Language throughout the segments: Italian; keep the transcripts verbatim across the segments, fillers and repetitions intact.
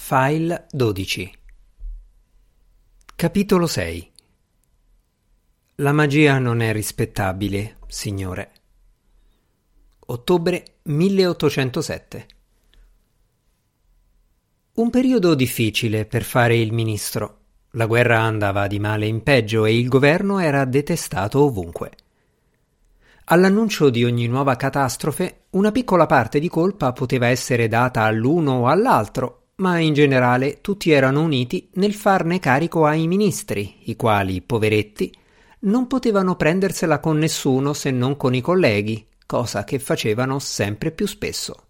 File dodici. Capitolo sei. La magia non è rispettabile, signore. Ottobre milleottocentosette. Un periodo difficile per fare il ministro. La guerra andava di male in peggio e il governo era detestato ovunque. All'annuncio di ogni nuova catastrofe, una piccola parte di colpa poteva essere data all'uno o all'altro, ma in generale tutti erano uniti nel farne carico ai ministri, i quali, poveretti, non potevano prendersela con nessuno se non con i colleghi, cosa che facevano sempre più spesso.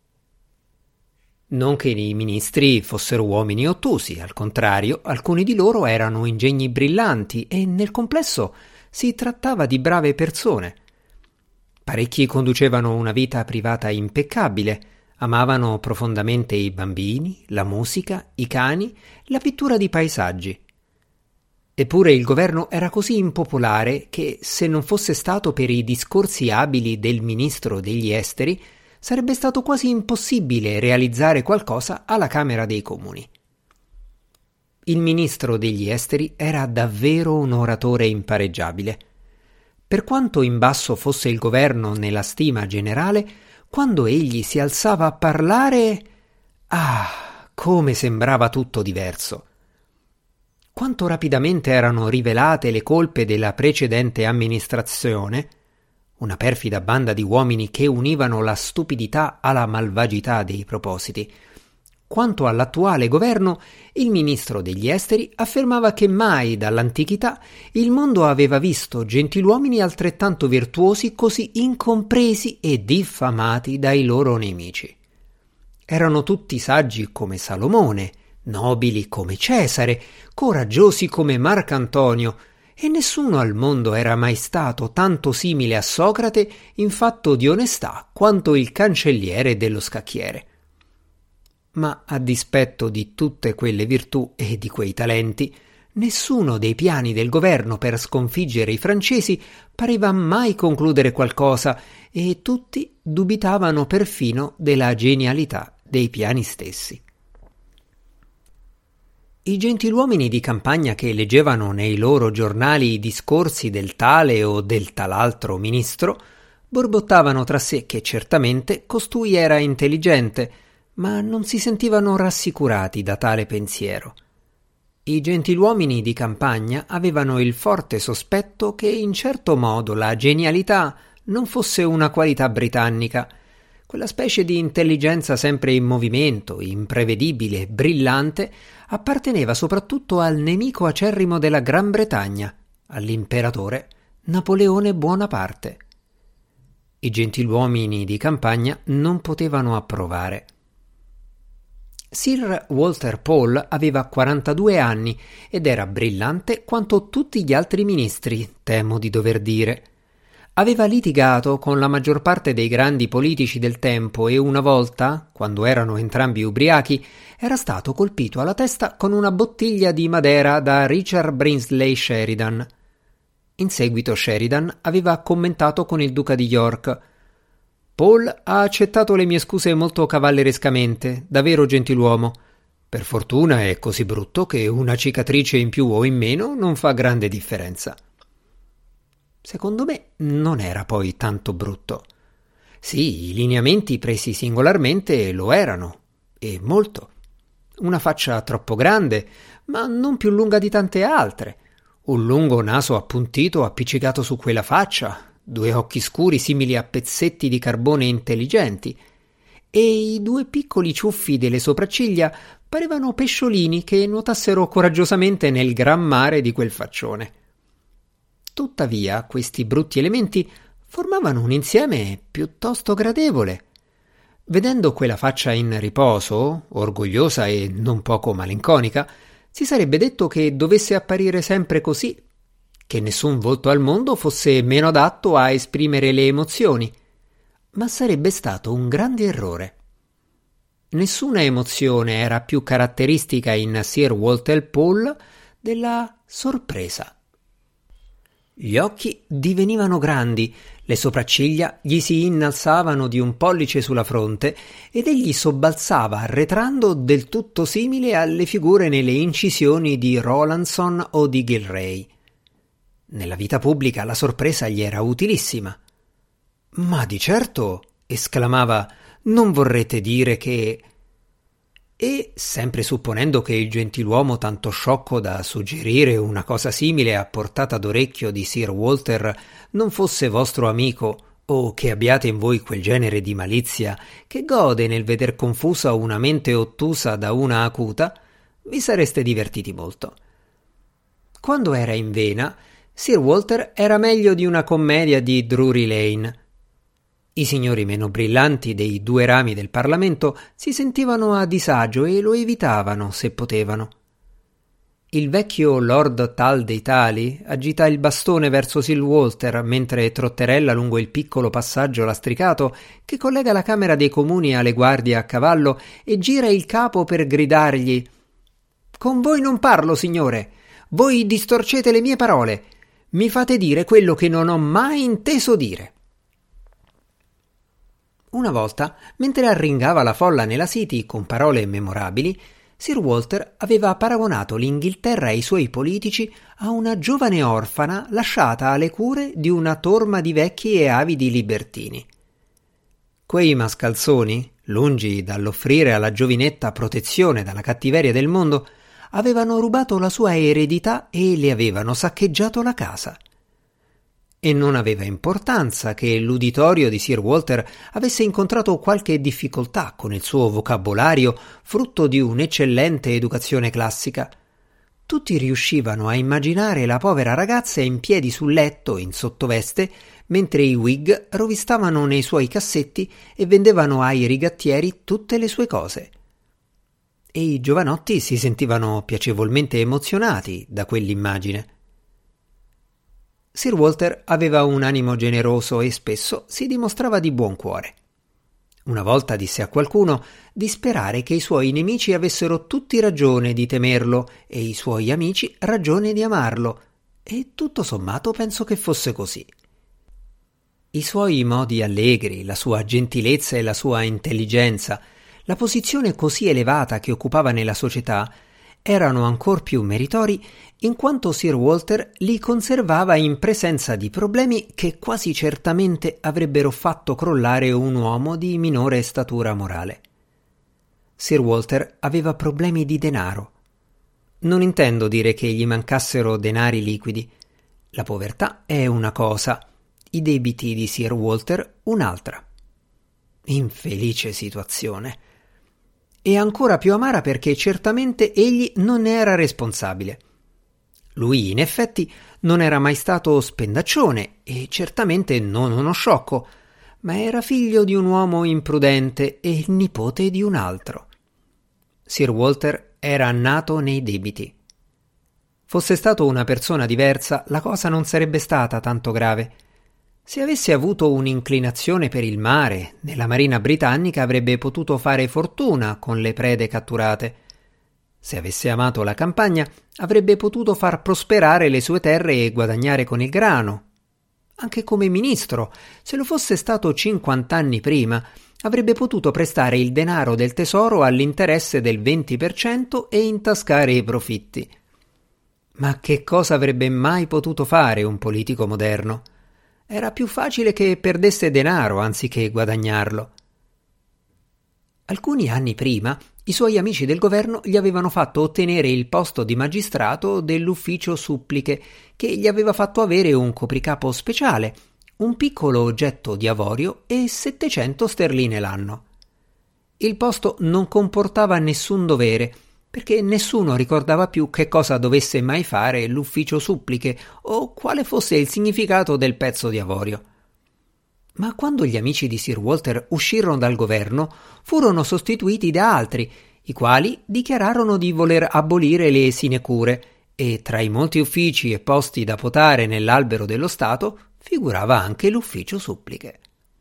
Non che i ministri fossero uomini ottusi, al contrario, alcuni di loro erano ingegni brillanti e nel complesso si trattava di brave persone. Parecchi conducevano una vita privata impeccabile, amavano profondamente i bambini, la musica, i cani, la pittura di paesaggi. Eppure il governo era così impopolare che, se non fosse stato per i discorsi abili del ministro degli esteri, sarebbe stato quasi impossibile realizzare qualcosa alla Camera dei Comuni. Il ministro degli esteri era davvero un oratore impareggiabile. Per quanto in basso fosse il governo nella stima generale, quando egli si alzava a parlare, ah, come sembrava tutto diverso. Quanto rapidamente erano rivelate le colpe della precedente amministrazione, una perfida banda di uomini che univano la stupidità alla malvagità dei propositi. Quanto all'attuale governo, il ministro degli esteri affermava che mai dall'antichità il mondo aveva visto gentiluomini altrettanto virtuosi, così incompresi e diffamati dai loro nemici. Erano tutti saggi come Salomone, nobili come Cesare, coraggiosi come Marcantonio, e nessuno al mondo era mai stato tanto simile a Socrate in fatto di onestà quanto il cancelliere dello scacchiere. Ma a dispetto di tutte quelle virtù e di quei talenti, nessuno dei piani del governo per sconfiggere i francesi pareva mai concludere qualcosa e tutti dubitavano perfino della genialità dei piani stessi. I gentiluomini di campagna che leggevano nei loro giornali i discorsi del tale o del tal'altro ministro borbottavano tra sé che certamente costui era intelligente, ma non si sentivano rassicurati da tale pensiero. I gentiluomini di campagna avevano il forte sospetto che in certo modo la genialità non fosse una qualità britannica, quella specie di intelligenza sempre in movimento, imprevedibile, brillante, apparteneva soprattutto al nemico acerrimo della Gran Bretagna, all'imperatore Napoleone Buonaparte. I gentiluomini di campagna non potevano approvare. Sir Walter Pole aveva quarantadue anni ed era brillante quanto tutti gli altri ministri, temo di dover dire. Aveva litigato con la maggior parte dei grandi politici del tempo e una volta, quando erano entrambi ubriachi, era stato colpito alla testa con una bottiglia di Madera da Richard Brinsley Sheridan. In seguito Sheridan aveva commentato con il duca di York: Paul ha accettato le mie scuse molto cavallerescamente, da vero gentiluomo. Per fortuna è così brutto che una cicatrice in più o in meno non fa grande differenza. Secondo me non era poi tanto brutto. Sì, i lineamenti presi singolarmente lo erano, e molto. Una faccia troppo grande, ma non più lunga di tante altre. Un lungo naso appuntito appiccicato su quella faccia, due occhi scuri simili a pezzetti di carbone intelligenti, e i due piccoli ciuffi delle sopracciglia parevano pesciolini che nuotassero coraggiosamente nel gran mare di quel faccione. Tuttavia, questi brutti elementi formavano un insieme piuttosto gradevole. Vedendo quella faccia in riposo, orgogliosa e non poco malinconica, si sarebbe detto che dovesse apparire sempre così, che nessun volto al mondo fosse meno adatto a esprimere le emozioni, ma sarebbe stato un grande errore. Nessuna emozione era più caratteristica in Sir Walter Pole della sorpresa. Gli occhi divenivano grandi, le sopracciglia gli si innalzavano di un pollice sulla fronte ed egli sobbalzava arretrando del tutto simile alle figure nelle incisioni di Rowlandson o di Gilray. Nella vita pubblica la sorpresa gli era utilissima. «Ma di certo», esclamava, «non vorrete dire che...» E, sempre supponendo che il gentiluomo tanto sciocco da suggerire una cosa simile a portata d'orecchio di Sir Walter non fosse vostro amico, o che abbiate in voi quel genere di malizia che gode nel veder confusa una mente ottusa da una acuta, vi sareste divertiti molto. Quando era in vena, Sir Walter era meglio di una commedia di Drury Lane. I signori meno brillanti dei due rami del Parlamento si sentivano a disagio e lo evitavano se potevano. Il vecchio Lord Tal dei Tali agita il bastone verso Sir Walter mentre trotterella lungo il piccolo passaggio lastricato che collega la Camera dei Comuni alle guardie a cavallo e gira il capo per gridargli: «Con voi non parlo, signore! Voi distorcete le mie parole! Mi fate dire quello che non ho mai inteso dire!» Una volta, mentre arringava la folla nella City con parole memorabili, Sir Walter aveva paragonato l'Inghilterra e i suoi politici a una giovane orfana lasciata alle cure di una torma di vecchi e avidi libertini. Quei mascalzoni, lungi dall'offrire alla giovinetta protezione dalla cattiveria del mondo, avevano rubato la sua eredità e le avevano saccheggiato la casa. E non aveva importanza che l'uditorio di Sir Walter avesse incontrato qualche difficoltà con il suo vocabolario, frutto di un'eccellente educazione classica. Tutti riuscivano a immaginare la povera ragazza in piedi sul letto, in sottoveste, mentre i Whig rovistavano nei suoi cassetti e vendevano ai rigattieri tutte le sue cose. E i giovanotti si sentivano piacevolmente emozionati da quell'immagine. Sir Walter aveva un animo generoso e spesso si dimostrava di buon cuore. Una volta disse a qualcuno di sperare che i suoi nemici avessero tutti ragione di temerlo e i suoi amici ragione di amarlo, e tutto sommato penso che fosse così. I suoi modi allegri, la sua gentilezza e la sua intelligenza, la posizione così elevata che occupava nella società, erano ancor più meritori in quanto Sir Walter li conservava in presenza di problemi che quasi certamente avrebbero fatto crollare un uomo di minore statura morale. Sir Walter aveva problemi di denaro. Non intendo dire che gli mancassero denari liquidi. La povertà è una cosa, i debiti di Sir Walter un'altra. Infelice situazione. E ancora più amara perché certamente egli non ne era responsabile. Lui, in effetti, non era mai stato spendaccione e certamente non uno sciocco, ma era figlio di un uomo imprudente e il nipote di un altro. Sir Walter era nato nei debiti. Fosse stato una persona diversa, la cosa non sarebbe stata tanto grave. Se avesse avuto un'inclinazione per il mare, nella marina britannica avrebbe potuto fare fortuna con le prede catturate. Se avesse amato la campagna, avrebbe potuto far prosperare le sue terre e guadagnare con il grano. Anche come ministro, se lo fosse stato cinquant'anni prima, avrebbe potuto prestare il denaro del tesoro all'interesse del venti per cento e intascare i profitti. Ma che cosa avrebbe mai potuto fare un politico moderno? Era più facile che perdesse denaro anziché guadagnarlo. Alcuni anni prima, i suoi amici del governo gli avevano fatto ottenere il posto di magistrato dell'ufficio suppliche, che gli aveva fatto avere un copricapo speciale, un piccolo oggetto di avorio e settecento sterline l'anno. Il posto non comportava nessun dovere, perché nessuno ricordava più che cosa dovesse mai fare l'ufficio suppliche o quale fosse il significato del pezzo di avorio. Ma quando gli amici di Sir Walter uscirono dal governo, furono sostituiti da altri, i quali dichiararono di voler abolire le sinecure, e tra i molti uffici e posti da potare nell'albero dello Stato figurava anche l'ufficio suppliche.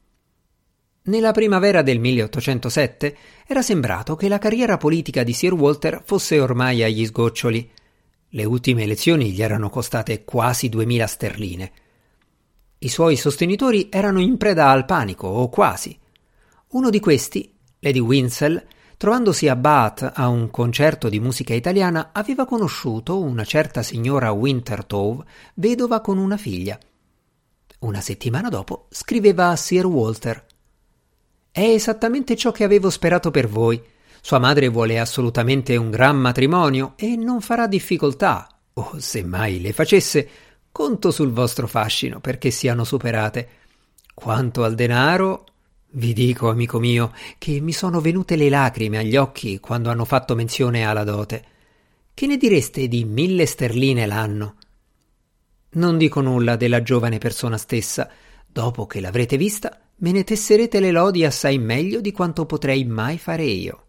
Nella primavera del milleottocentosette era sembrato che la carriera politica di Sir Walter fosse ormai agli sgoccioli. Le ultime elezioni gli erano costate quasi duemila sterline. I suoi sostenitori erano in preda al panico, o quasi. Uno di questi, Lady Winsell, trovandosi a Bath a un concerto di musica italiana, aveva conosciuto una certa signora Wintertove, vedova con una figlia. Una settimana dopo scriveva a Sir Walter: «È esattamente ciò che avevo sperato per voi. Sua madre vuole assolutamente un gran matrimonio e non farà difficoltà, o se mai le facesse, conto sul vostro fascino perché siano superate. Quanto al denaro, vi dico, amico mio, che mi sono venute le lacrime agli occhi quando hanno fatto menzione alla dote. Che ne direste di mille sterline l'anno? Non dico nulla della giovane persona stessa. Dopo che l'avrete vista, me ne tesserete le lodi assai meglio di quanto potrei mai fare io».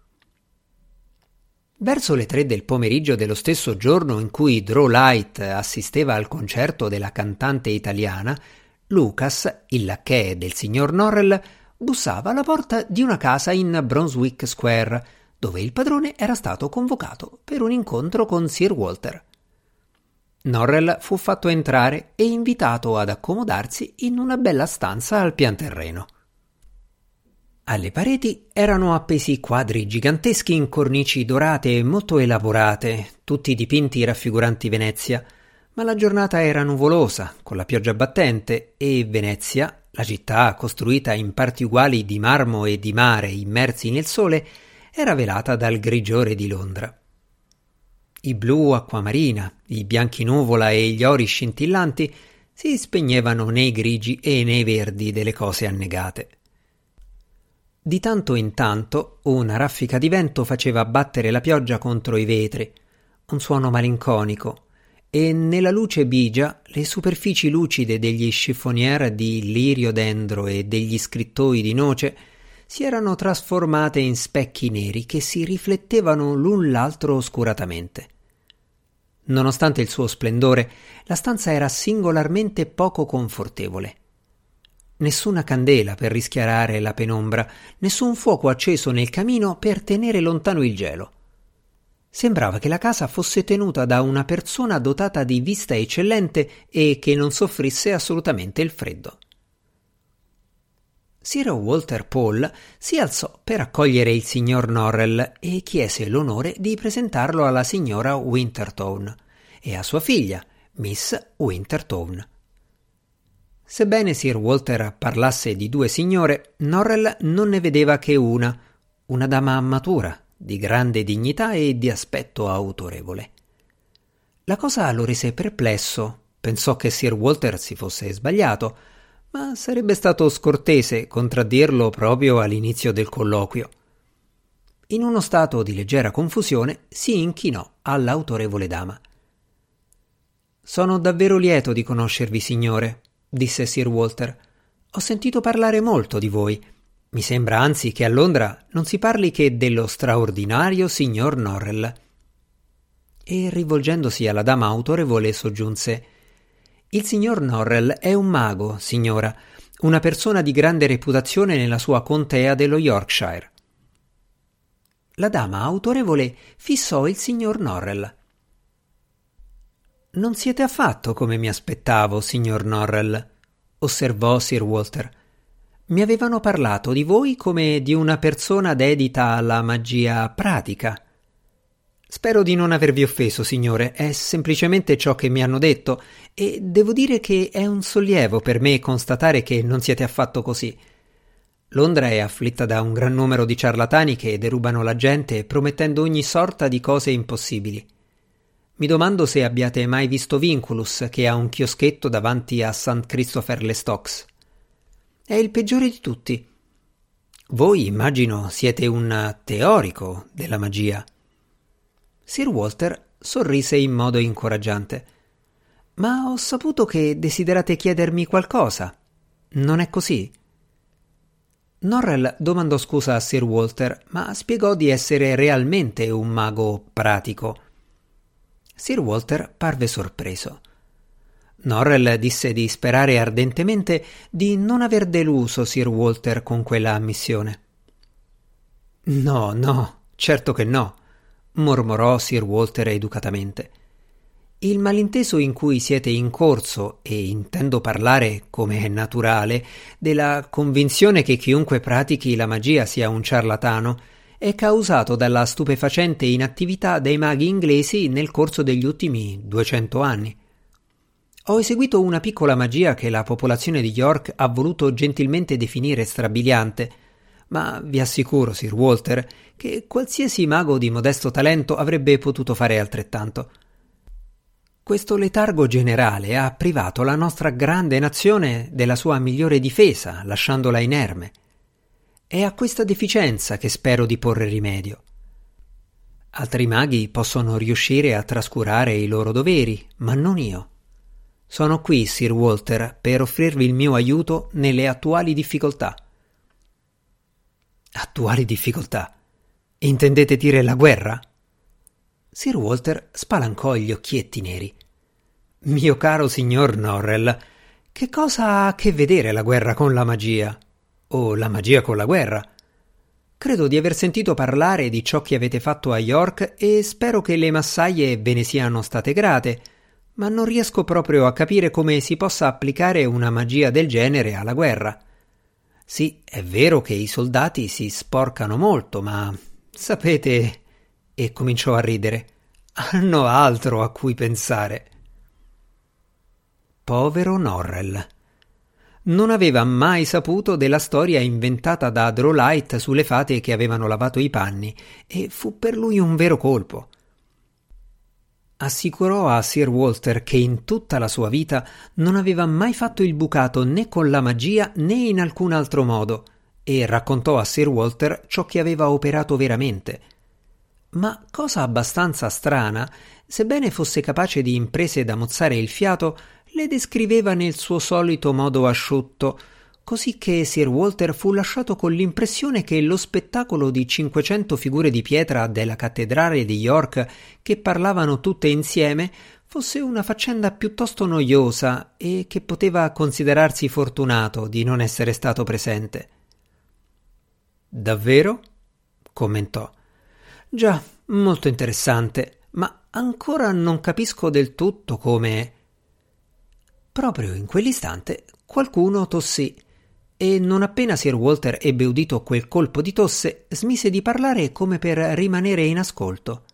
Verso le tre del pomeriggio dello stesso giorno in cui Draw Light assisteva al concerto della cantante italiana, Lucas, il lacchè del signor Norrell, bussava alla porta di una casa in Brunswick Square, dove il padrone era stato convocato per un incontro con Sir Walter. Norrell fu fatto entrare e invitato ad accomodarsi in una bella stanza al pian terreno. Alle pareti erano appesi quadri giganteschi in cornici dorate e molto elaborate, tutti dipinti raffiguranti Venezia, ma la giornata era nuvolosa, con la pioggia battente, e Venezia, la città costruita in parti uguali di marmo e di mare immersi nel sole, era velata dal grigiore di Londra. I blu acquamarina, i bianchi nuvola e gli ori scintillanti si spegnevano nei grigi e nei verdi delle cose annegate. Di tanto in tanto una raffica di vento faceva battere la pioggia contro i vetri, un suono malinconico, e nella luce bigia le superfici lucide degli chiffoniere di liriodendro e degli scrittoi di noce si erano trasformate in specchi neri che si riflettevano l'un l'altro oscuratamente. Nonostante il suo splendore, la stanza era singolarmente poco confortevole. Nessuna candela per rischiarare la penombra, nessun fuoco acceso nel camino per tenere lontano il gelo. Sembrava che la casa fosse tenuta da una persona dotata di vista eccellente e che non soffrisse assolutamente il freddo. Sir Walter Paul si alzò per accogliere il signor Norrell e chiese l'onore di presentarlo alla signora Wintertone e a sua figlia, Miss Wintertone. Sebbene Sir Walter parlasse di due signore, Norrell non ne vedeva che una, una dama matura, di grande dignità e di aspetto autorevole. La cosa lo rese perplesso, pensò che Sir Walter si fosse sbagliato, ma sarebbe stato scortese contraddirlo proprio all'inizio del colloquio. In uno stato di leggera confusione si inchinò all'autorevole dama. «Sono davvero lieto di conoscervi, signore», disse Sir Walter. «Ho sentito parlare molto di voi. Mi sembra anzi che a Londra non si parli che dello straordinario signor Norrell». E rivolgendosi alla dama autorevole soggiunse: «Il signor Norrell è un mago, signora, una persona di grande reputazione nella sua contea dello Yorkshire». La dama autorevole fissò il signor Norrell. «Non siete affatto come mi aspettavo, signor Norrell», osservò Sir Walter. «Mi avevano parlato di voi come di una persona dedita alla magia pratica». «Spero di non avervi offeso, signore, è semplicemente ciò che mi hanno detto, e devo dire che è un sollievo per me constatare che non siete affatto così. Londra è afflitta da un gran numero di ciarlatani che derubano la gente promettendo ogni sorta di cose impossibili. Mi domando se abbiate mai visto Vinculus, che ha un chioschetto davanti a Saint Christopher le Stocks. È il peggiore di tutti. Voi, immagino, siete un teorico della magia». Sir Walter sorrise in modo incoraggiante. «Ma ho saputo che desiderate chiedermi qualcosa. Non è così?» Norrell domandò scusa a Sir Walter, ma spiegò di essere realmente un mago pratico. Sir Walter parve sorpreso. Norrell disse di sperare ardentemente di non aver deluso Sir Walter con quella ammissione. «No, no, certo che no», mormorò Sir Walter educatamente. Il malinteso in cui siete incorso, e intendo parlare, come è naturale, della convinzione che chiunque pratichi la magia sia un ciarlatano, è causato dalla stupefacente inattività dei maghi inglesi nel corso degli ultimi duecento anni. Ho eseguito una piccola magia che la popolazione di York ha voluto gentilmente definire strabiliante, ma vi assicuro, Sir Walter, che qualsiasi mago di modesto talento avrebbe potuto fare altrettanto. Questo letargo generale ha privato la nostra grande nazione della sua migliore difesa, lasciandola inerme. È a questa deficienza che spero di porre rimedio. Altri maghi possono riuscire a trascurare i loro doveri, ma non io. Sono qui, Sir Walter, per offrirvi il mio aiuto nelle attuali difficoltà. Attuali difficoltà? Intendete dire la guerra? Sir Walter spalancò gli occhietti neri. Mio caro signor Norrell, che cosa ha a che vedere la guerra con la magia? O la magia con la guerra? Credo di aver sentito parlare di ciò che avete fatto a York e spero che le massaie ve ne siano state grate, ma non riesco proprio a capire come si possa applicare una magia del genere alla guerra. Sì, è vero che i soldati si sporcano molto, ma sapete... E cominciò a ridere. Hanno altro a cui pensare. Povero Norrell. Non aveva mai saputo della storia inventata da Drolight sulle fate che avevano lavato i panni, e fu per lui un vero colpo. Assicurò a Sir Walter che in tutta la sua vita non aveva mai fatto il bucato né con la magia né in alcun altro modo, e raccontò a Sir Walter ciò che aveva operato veramente. Ma cosa abbastanza strana, sebbene fosse capace di imprese da mozzare il fiato, le descriveva nel suo solito modo asciutto, così che Sir Walter fu lasciato con l'impressione che lo spettacolo di cinquecento figure di pietra della cattedrale di York, che parlavano tutte insieme, fosse una faccenda piuttosto noiosa e che poteva considerarsi fortunato di non essere stato presente. Davvero? Commentò. Già, molto interessante, ma ancora non capisco del tutto come... Proprio in quell'istante qualcuno tossì, e non appena Sir Walter ebbe udito quel colpo di tosse, smise di parlare come per rimanere in ascolto.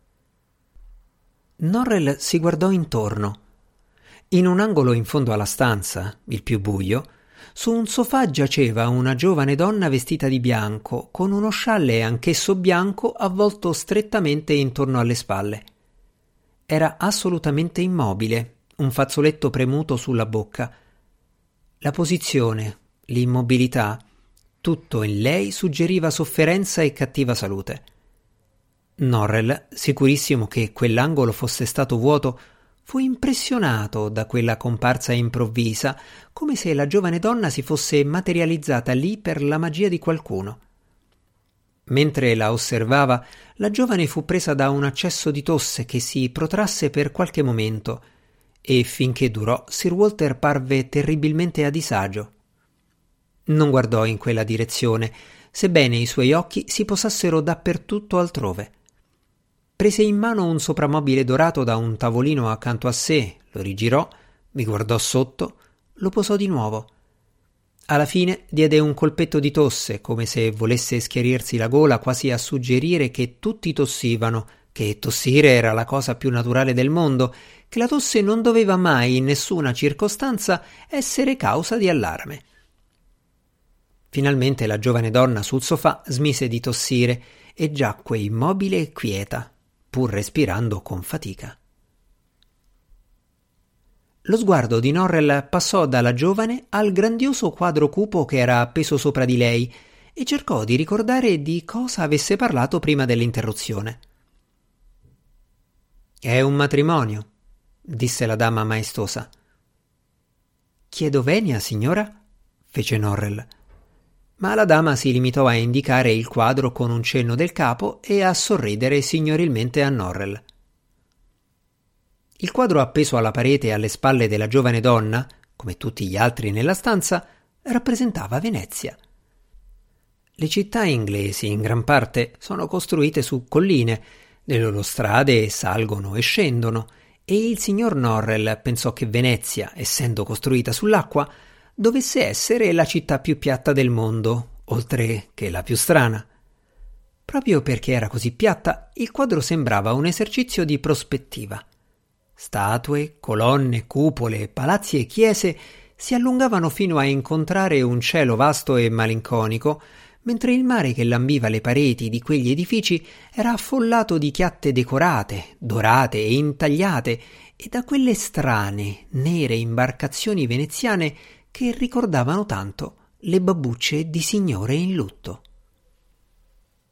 Norrell si guardò intorno. In un angolo in fondo alla stanza, il più buio, su un sofà giaceva una giovane donna vestita di bianco, con uno scialle anch'esso bianco avvolto strettamente intorno alle spalle. Era assolutamente immobile, un fazzoletto premuto sulla bocca. La posizione, l'immobilità, tutto in lei suggeriva sofferenza e cattiva salute. Norrell, sicurissimo che quell'angolo fosse stato vuoto, fu impressionato da quella comparsa improvvisa, come se la giovane donna si fosse materializzata lì per la magia di qualcuno. Mentre la osservava, la giovane fu presa da un accesso di tosse che si protrasse per qualche momento, e finché durò Sir Walter parve terribilmente a disagio. Non guardò in quella direzione, sebbene i suoi occhi si posassero dappertutto altrove. Prese in mano un soprammobile dorato da un tavolino accanto a sé, lo rigirò, mi guardò sotto, lo posò di nuovo. Alla fine diede un colpetto di tosse, come se volesse schiarirsi la gola, quasi a suggerire che tutti tossivano, che tossire era la cosa più naturale del mondo, che la tosse non doveva mai in nessuna circostanza essere causa di allarme. Finalmente la giovane donna sul sofà smise di tossire e giacque immobile e quieta, pur respirando con fatica. Lo sguardo di Norrell passò dalla giovane al grandioso quadro cupo che era appeso sopra di lei e cercò di ricordare di cosa avesse parlato prima dell'interruzione. «È un matrimonio», disse la dama maestosa. «Chiedo venia, signora?» fece Norrell. Ma la dama si limitò a indicare il quadro con un cenno del capo e a sorridere signorilmente a Norrell. Il quadro appeso alla parete alle spalle della giovane donna, come tutti gli altri nella stanza, rappresentava Venezia. Le città inglesi, in gran parte, sono costruite su colline, le loro strade salgono e scendono, e il signor Norrell pensò che Venezia, essendo costruita sull'acqua, dovesse essere la città più piatta del mondo, oltre che la più strana. Proprio perché era così piatta, il quadro sembrava un esercizio di prospettiva. Statue, colonne, cupole, palazzi e chiese si allungavano fino a incontrare un cielo vasto e malinconico, mentre il mare che lambiva le pareti di quegli edifici era affollato di chiatte decorate, dorate e intagliate, e da quelle strane, nere imbarcazioni veneziane che ricordavano tanto le babbucce di signore in lutto.